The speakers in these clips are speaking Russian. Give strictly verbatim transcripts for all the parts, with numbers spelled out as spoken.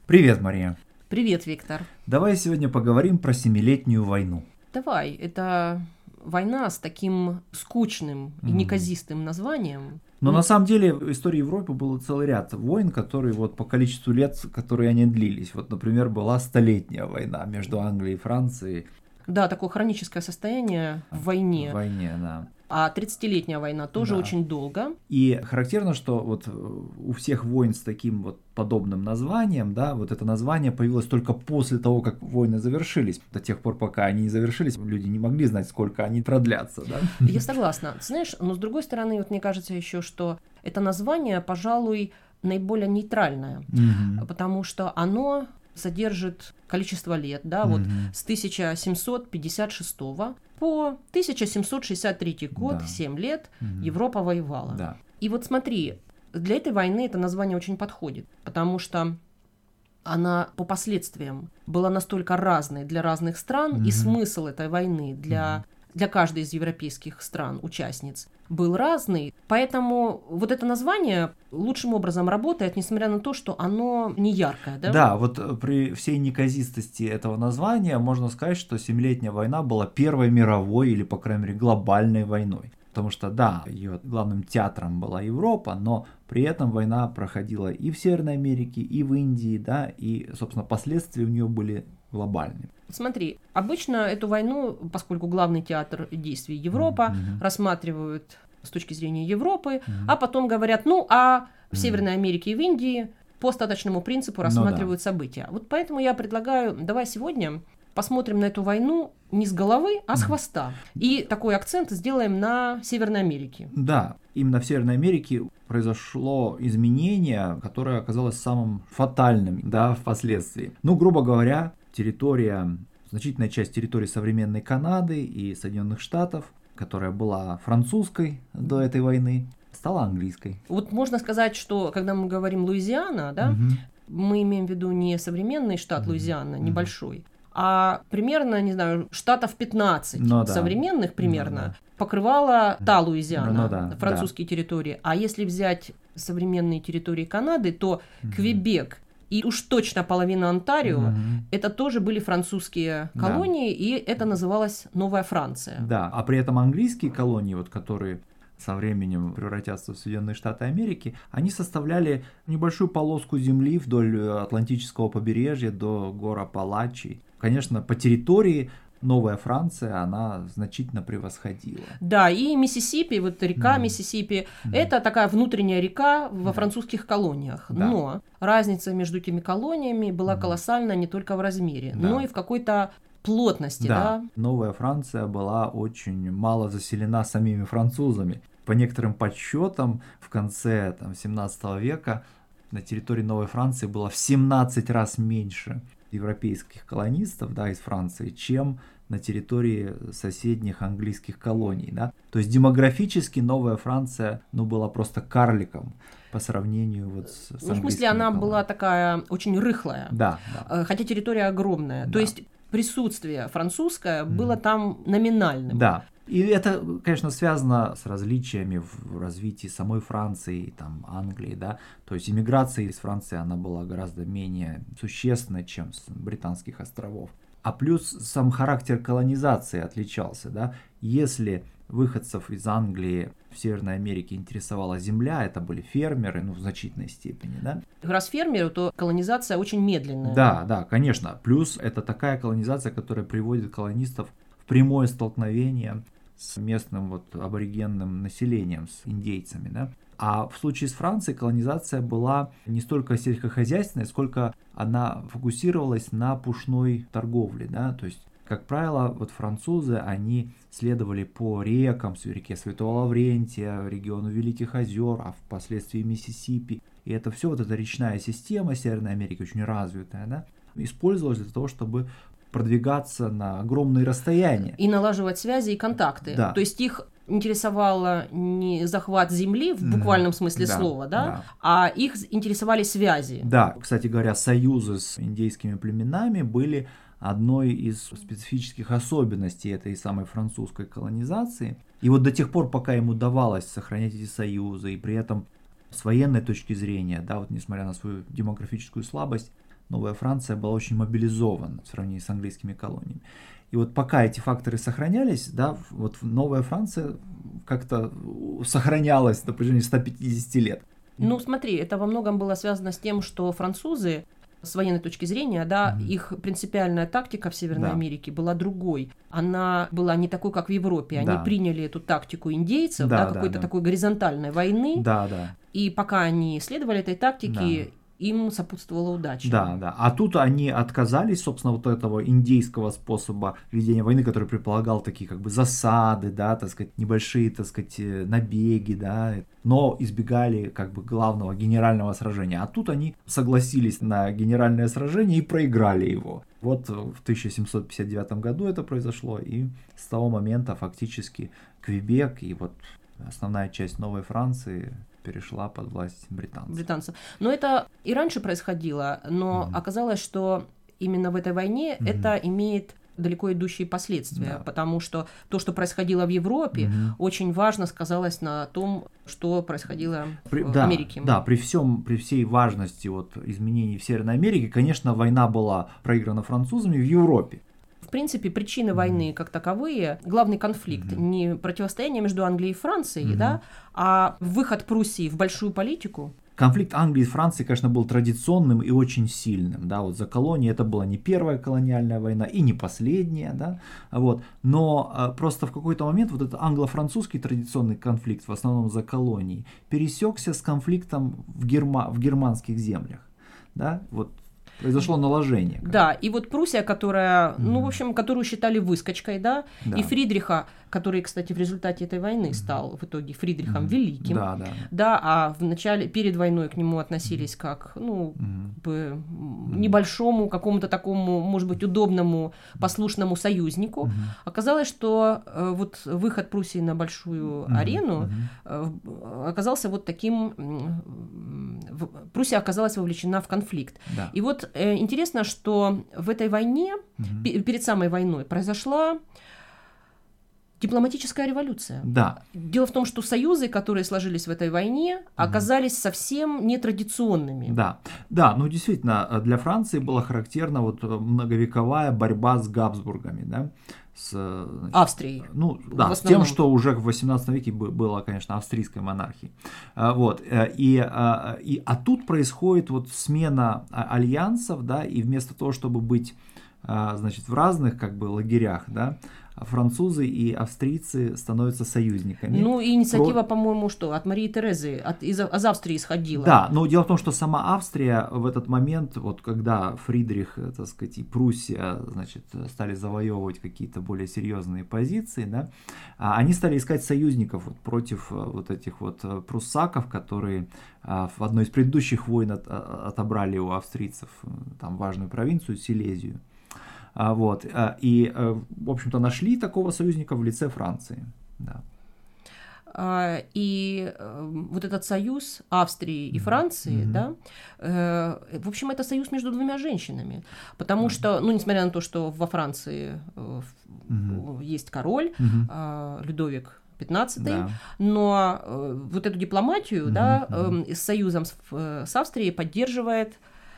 Привет, Мария. Привет, Виктор. Давай сегодня поговорим про Семилетнюю войну. Давай, это война с таким скучным и неказистым названием. Но на самом деле в истории Европы был целый ряд войн, которые вот по количеству лет, которые они длились. Вот, например, была Столетняя война между Англией и Францией. Да, такое хроническое состояние в войне. В войне, да. А тридцатилетняя война тоже Да. очень долго. И характерно, что вот у всех войн с таким вот подобным названием, да, вот это название появилось только после того, как войны завершились. До тех пор, пока они не завершились, люди не могли знать, сколько они продлятся, да. Я согласна. Ты знаешь, но с другой стороны, вот мне кажется еще, что это название, пожалуй, наиболее нейтральное, Мгм. потому что оно содержит количество лет, да, вот Мгм. с тысяча семьсот пятьдесят шестого по тысяча семьсот шестьдесят третий год, Да. семь лет, Мгм. Европа воевала. Да. И вот смотри, для этой войны это название очень подходит, потому что она по последствиям была настолько разной для разных стран, Мгм. и смысл этой войны для, для каждой из европейских стран, участниц, был разный. Поэтому вот это название лучшим образом работает, несмотря на то, что оно не яркое. Да, Да, вот э, при всей неказистости этого названия можно сказать, что Семилетняя война была первой мировой или, по крайней мере, глобальной войной. Потому что, да, ее главным театром была Европа, но при этом война проходила и в Северной Америке, и в Индии, да, и, собственно, последствия у нее были глобальные. Смотри, обычно эту войну, поскольку главный театр действий Европа, Мгм. рассматривают с точки зрения Европы, Мгм. а потом говорят, ну, а в Мгм. Северной Америке и в Индии по остаточному принципу Ну рассматривают события. Вот поэтому я предлагаю, давай сегодня посмотрим на эту войну не с головы, а с хвоста. И такой акцент сделаем на Северной Америке. Да, именно в Северной Америке произошло изменение, которое оказалось самым фатальным, да, впоследствии. Ну, грубо говоря, территория, значительная часть территории современной Канады и Соединенных Штатов, которая была французской до этой войны, стала английской. Вот можно сказать, что когда мы говорим Луизиана, да, Мгм. мы имеем в виду не современный штат Мгм. Луизиана, Мгм. небольшой, а примерно, не знаю, штатов пятнадцать Ну да. современных примерно Ну да. покрывала та Луизиана, Ну да, французские территории. А если взять современные территории Канады, то Мгм. Квебек и уж точно половина Онтарио Мгм. это тоже были французские Да. колонии, и это называлось Новая Франция. Да, а при этом английские колонии, вот, которые со временем превратятся в Соединенные Штаты Америки, они составляли небольшую полоску земли вдоль Атлантического побережья до гор Апалачи. Конечно, по территории Новая Франция, она значительно превосходила. Да, и Миссисипи, вот река Мгм. Миссисипи, Мгм. это такая внутренняя река во Да. французских колониях. Да. Но разница между этими колониями была Мгм. колоссальна не только в размере, Да. но и в какой-то плотности, да. Да, Новая Франция была очень мало заселена самими французами. По некоторым подсчетам, в конце там, семнадцатого века на территории Новой Франции было в семнадцать раз меньше европейских колонистов, да, из Франции, чем на территории соседних английских колоний. Да. То есть демографически Новая Франция ну, была просто карликом по сравнению вот с, с Ну, в смысле, английскими она колониями. была такая очень рыхлая, Да, да. э, хотя территория огромная. Да. То есть присутствие французское Мгм. было там номинальным. Да. И это, конечно, связано с различиями в развитии самой Франции и там, Англии, да. То есть иммиграция из Франции, она была гораздо менее существенной, чем с британских островов. А плюс сам характер колонизации отличался, да. Если выходцев из Англии в Северной Америке интересовала земля, это были фермеры, ну, в значительной степени, да. Раз фермеру, то колонизация очень медленная. Да, да, конечно. Плюс это такая колонизация, которая приводит колонистов в прямое столкновение с местным вот аборигенным населением, с индейцами, да. А в случае с Францией колонизация была не столько сельскохозяйственной, сколько она фокусировалась на пушной торговле, да, то есть, как правило, вот французы, они следовали по рекам, реке Святого Лаврентия, региону Великих озер, а впоследствии Миссисипи. И это все, вот эта речная система Северной Америки, очень развитая, да, использовалась для того, чтобы продвигаться на огромные расстояния. И налаживать связи и контакты. Да. То есть их интересовало не захват земли в буквальном смысле Да, слова, да, да. а их интересовали связи. Да, кстати говоря, союзы с индейскими племенами были одной из специфических особенностей этой самой французской колонизации. И вот до тех пор, пока им удавалось сохранять эти союзы, и при этом с военной точки зрения, да, вот несмотря на свою демографическую слабость, Новая Франция была очень мобилизована в сравнении с английскими колониями. И вот пока эти факторы сохранялись, да, вот Новая Франция как-то сохранялась на протяжении ста пятидесяти лет. Ну, смотри, это во многом было связано с тем, что французы, с военной точки зрения, да, mm-hmm. их принципиальная тактика в Северной да. Америке была другой. Она была не такой, как в Европе. Они да. приняли эту тактику индейцев, да, да, какой-то да. такой горизонтальной войны. Да, да. И пока они следовали этой тактике, да. им сопутствовала удача. Да, да. А тут они отказались, собственно, вот этого индейского способа ведения войны, который предполагал такие как бы засады, да, так сказать, небольшие, так сказать, набеги, да, но избегали как бы главного генерального сражения. А тут они согласились на генеральное сражение и проиграли его. Вот в тысяча семьсот пятьдесят девятом году это произошло, и с того момента фактически Квебек и вот основная часть Новой Франции перешла под власть британцев. британцев. Но это и раньше происходило, но mm-hmm. оказалось, что именно в этой войне mm-hmm. это имеет далеко идущие последствия, да. потому что то, что происходило в Европе, mm-hmm. очень важно сказалось на том, что происходило при, в да, Америке. Да, при всем, при всей важности вот изменений в Северной Америке, конечно, война была проиграна французами в Европе. В принципе, причины войны как таковые, главный конфликт, mm-hmm. не противостояние между Англией и Францией, mm-hmm. да, а выход Пруссии в большую политику. Конфликт Англии и Франции, конечно, был традиционным и очень сильным, да, вот за колонии это была не первая колониальная война и не последняя, да, вот, но а, просто в какой-то момент вот этот англо-французский традиционный конфликт, в основном за колонии, пересекся с конфликтом в, герма, в германских землях, да, вот. Произошло наложение. Да, и вот Пруссия, которая, mm. ну, в общем, которую считали выскочкой, да, да, и Фридриха, который, кстати, в результате этой войны mm. стал в итоге Фридрихом mm. Великим, да, да. да, а в начале, перед войной к нему относились как, ну, mm. к небольшому, какому-то такому, может быть, удобному, послушному союзнику. Mm. Оказалось, что э, вот выход Пруссии на большую mm. арену э, оказался вот таким, э, Пруссия оказалась вовлечена в конфликт. Да. И вот интересно, что в этой войне, угу. п- перед самой войной, произошла дипломатическая революция. Да. Дело в том, что союзы, которые сложились в этой войне, угу. оказались совсем нетрадиционными. Да, да, ну действительно, для Франции была характерна вот многовековая борьба с Габсбургами, да, с значит, Австрией. Ну, да, с тем, что уже в восемнадцатом веке было, конечно, австрийской монархией. Вот. И, и, а тут происходит вот смена альянсов, да, и вместо того, чтобы быть, значит, в разных как бы лагерях, да, французы и австрийцы становятся союзниками. Ну, и инициатива, Про... по-моему, что, от Марии Терезы, от, из, из Австрии исходила. Да, но дело в том, что сама Австрия в этот момент, вот когда Фридрих, так сказать, и Пруссия, значит, стали завоевывать какие-то более серьезные позиции, да, они стали искать союзников вот против вот этих вот пруссаков, которые в одной из предыдущих войн от, отобрали у австрийцев там важную провинцию, Силезию. Вот. И, в общем-то, нашли такого союзника в лице Франции. Да. И вот этот союз Австрии и Франции, mm-hmm. да, в общем, это союз между двумя женщинами. Потому mm-hmm. что, ну, несмотря на то, что во Франции mm-hmm. есть король, mm-hmm. Людовик пятнадцатый, да. но вот эту дипломатию, mm-hmm. да, mm-hmm. с союзом с, с Австрией поддерживает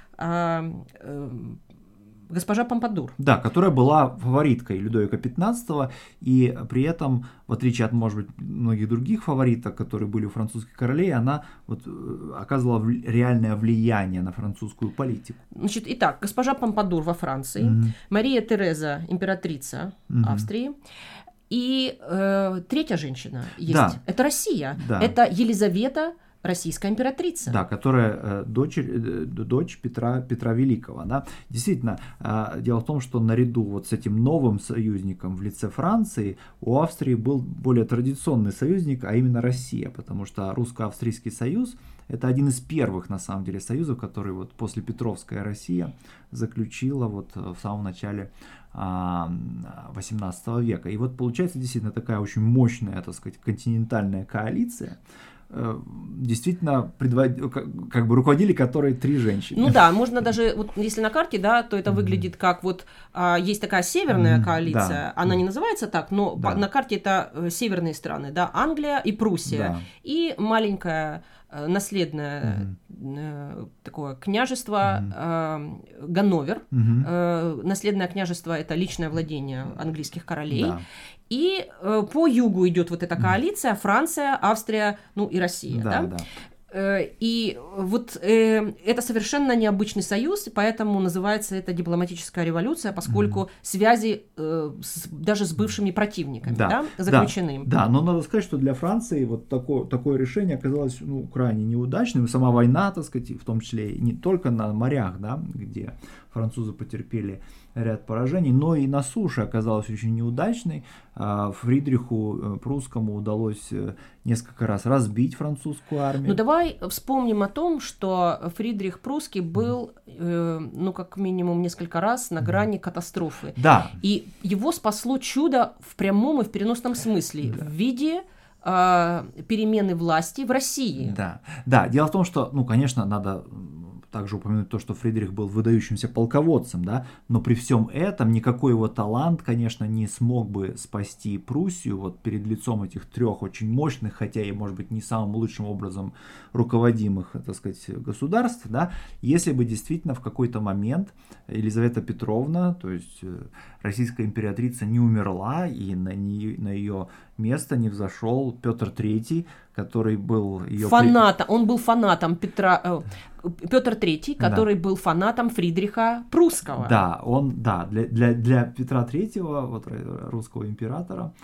госпожа Помпадур. Да, которая была фавориткой Людовика пятнадцатого, и при этом, в отличие от, может быть, многих других фавориток, которые были у французских королей, она вот оказывала реальное влияние на французскую политику. Значит, итак, госпожа Помпадур во Франции, mm-hmm. Мария Тереза, императрица mm-hmm. Австрии, и э, третья женщина есть. Да. Это Россия. Да. Это Елизавета, российская императрица. Да, которая э, дочь, э, дочь Петра, Петра Великого. Да. Действительно, э, дело в том, что наряду вот с этим новым союзником в лице Франции у Австрии был более традиционный союзник, а именно Россия, потому что русско-австрийский союз – это один из первых, на самом деле, союзов, который вот после Петровская Россия заключила вот в самом начале восемнадцатого века. И вот получается действительно такая очень мощная, так сказать, континентальная коалиция, действительно предвод... как бы руководили которой три женщины. Ну да, можно даже, вот если на карте, да, то это mm-hmm. выглядит как вот а, есть такая северная mm-hmm. коалиция, да. она не называется так, но да. по, на карте это северные страны, да, Англия и Пруссия, да. и маленькая наследная э, такое княжество Мгм. э, Ганновер. Мгм. Э, наследное княжество — это личное владение английских королей. Да. И э, по югу идет вот эта коалиция: Франция, Австрия, ну и Россия. Да, Да? да. Э, И вот э, это совершенно необычный союз, поэтому называется это дипломатическая революция, поскольку Мгм. связи э, с- даже с бывшими противниками, Да, да, да, заключены. Да, но надо сказать, что для Франции вот такое, такое решение оказалось, ну, крайне неудачным. Сама война, так сказать, в том числе и не только на морях, да, где французы потерпели ряд поражений, но и на суше оказалась очень неудачной. А Фридриху э, Прусскому удалось э, несколько раз разбить французскую армию. Ну давай вспомним о том, что Фридрих Прусский был, э, ну как минимум несколько раз на грани катастрофы. Да. И его спасло чудо в прямом и в переносном смысле, Да. в виде э, перемены власти в России. Да, да. Дело в том, что, ну, конечно, надо также упомянуть то, что Фридрих был выдающимся полководцем, да, но при всем этом никакой его талант, конечно, не смог бы спасти Пруссию вот перед лицом этих трех очень мощных, хотя и, может быть, не самым лучшим образом руководимых, так сказать, государств, да, если бы действительно в какой-то момент Елизавета Петровна, то есть российская императрица, не умерла, и на, нее, на ее место не взошел Петр Третий, который был ее... Фаната, он был фанатом Петра... Э, Петр Третий, который да. был фанатом Фридриха Прусского. Да, он, да, для, для, для Петра Третьего, вот, русского императора,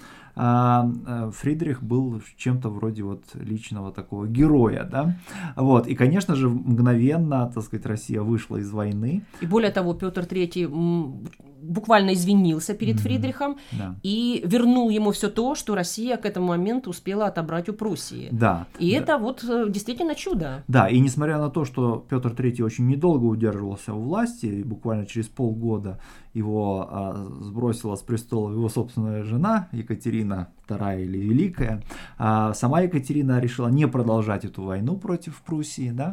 Фридрих был чем-то вроде вот личного такого героя, да, вот, и, конечно же, мгновенно, так сказать, Россия вышла из войны. И более того, Петр Третий буквально извинился перед mm-hmm. Фридрихом да. и вернул ему все то, что Россия к этому моменту успела отобрать у Пруссии. Да. И да. это вот действительно чудо. Да, и несмотря на то, что Петр Третий очень недолго удерживался у власти, и буквально через полгода его а, сбросила с престола его собственная жена Екатерина Вторая или Великая, а сама Екатерина решила не продолжать эту войну против Пруссии, да,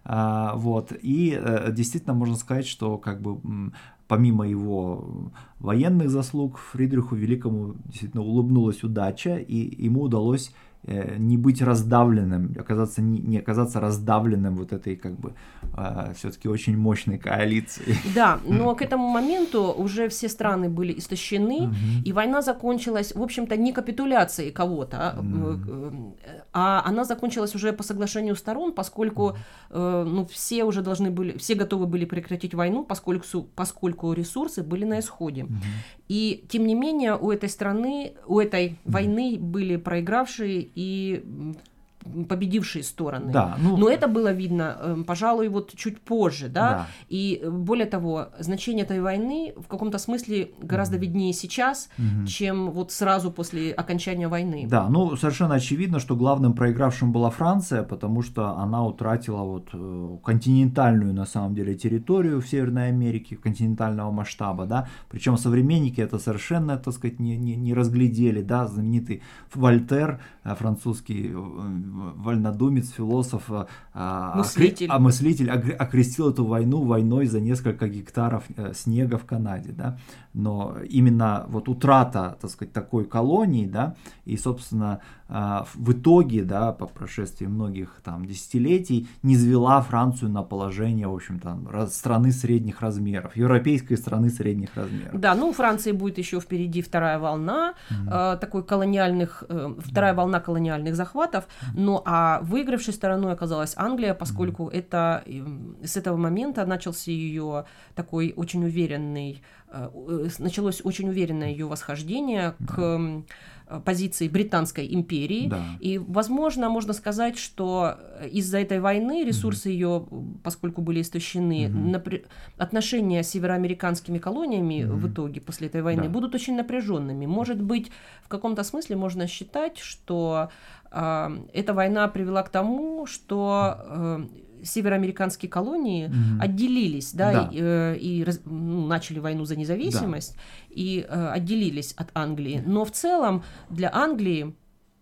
а, вот, и а, действительно можно сказать, что как бы помимо его военных заслуг, Фридриху Великому действительно улыбнулась удача, и ему удалось не быть раздавленным, оказаться, не, не оказаться раздавленным вот этой как бы э, все-таки очень мощной коалицией. Да, но к этому моменту уже все страны были истощены, mm-hmm. и война закончилась, в общем-то, не капитуляцией кого-то, mm-hmm. а она закончилась уже по соглашению сторон, поскольку э, ну, все уже должны были, все готовы были прекратить войну, поскольку, поскольку ресурсы были на исходе. Mm-hmm. И тем не менее у этой страны, у этой mm-hmm. войны были проигравшие и победившие стороны. Да, ну... Но это было видно, пожалуй, вот чуть позже, да? Да. И более того, значение этой войны в каком-то смысле гораздо mm-hmm. виднее сейчас, mm-hmm. чем вот сразу после окончания войны. Да, ну совершенно очевидно, что главным проигравшим была Франция, потому что она утратила вот континентальную на самом деле территорию в Северной Америке, континентального масштаба, да, причем современники это совершенно, так сказать, не, не, не разглядели, да, знаменитый Вольтер, французский вольнодумец, философ, мыслитель, а мыслитель окрестил эту войну войной за несколько гектаров снега в Канаде, да, но именно вот утрата, так сказать, такой колонии, да, и, собственно, в итоге, да, по прошествии многих там десятилетий, низвела Францию на положение, в общем-то, страны средних размеров, европейской страны средних размеров. Да, ну у Франции будет еще впереди вторая волна, mm-hmm. э, такой колониальных, э, вторая mm-hmm. волна колониальных захватов, mm-hmm. ну а выигравшей стороной оказалась Англия, поскольку mm-hmm. это э, с этого момента начался ее такой очень уверенный, э, началось очень уверенное ее восхождение mm-hmm. к позиции Британской империи, да. и, возможно, можно сказать, что из-за этой войны ресурсы mm-hmm. ее, поскольку были истощены, mm-hmm. напр... отношения с североамериканскими колониями mm-hmm. в итоге после этой войны да. будут очень напряженными. Может быть, в каком-то смысле можно считать, что э, эта война привела к тому, что э, североамериканские колонии mm-hmm. отделились, да, да. и, э, и раз, ну, начали войну за независимость, да. и э, отделились от Англии. Но в целом для Англии,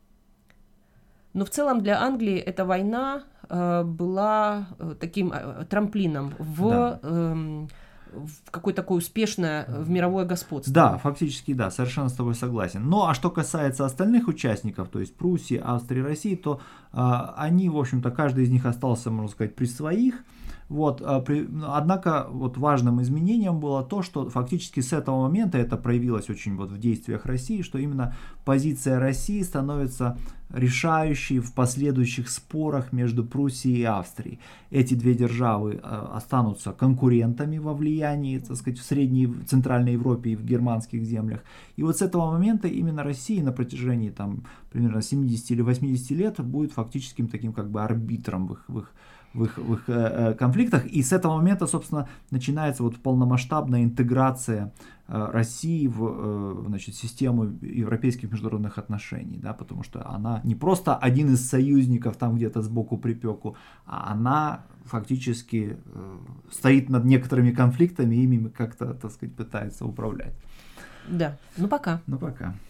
но в целом для Англии эта война э, была э, таким э, трамплином в, да. э, в какой какое-то такое успешное в мировое господство. Да, фактически да, совершенно с тобой согласен. Ну а что касается остальных участников, то есть Пруссии, Австрии, России, то а, они, в общем-то, каждый из них остался, можно сказать, при своих. Вот, а, при, однако вот важным изменением было то, что фактически с этого момента это проявилось очень вот в действиях России, что именно позиция России становится решающей в последующих спорах между Пруссией и Австрией. Эти две державы а, останутся конкурентами во влиянии, так сказать, в Средней, в Центральной Европе и в германских землях. И вот с этого момента именно Россия на протяжении там примерно семидесяти или восьмидесяти лет будет фактическим таким как бы арбитром в их, в их в их, в их э, конфликтах. И с этого момента, собственно, начинается вот полномасштабная интеграция э, России в э, значит, систему европейских международных отношений, да, потому что она не просто один из союзников там где-то сбоку припеку, а она фактически э, стоит над некоторыми конфликтами и ими как-то, так сказать, пытается управлять. Да, ну пока. Ну пока.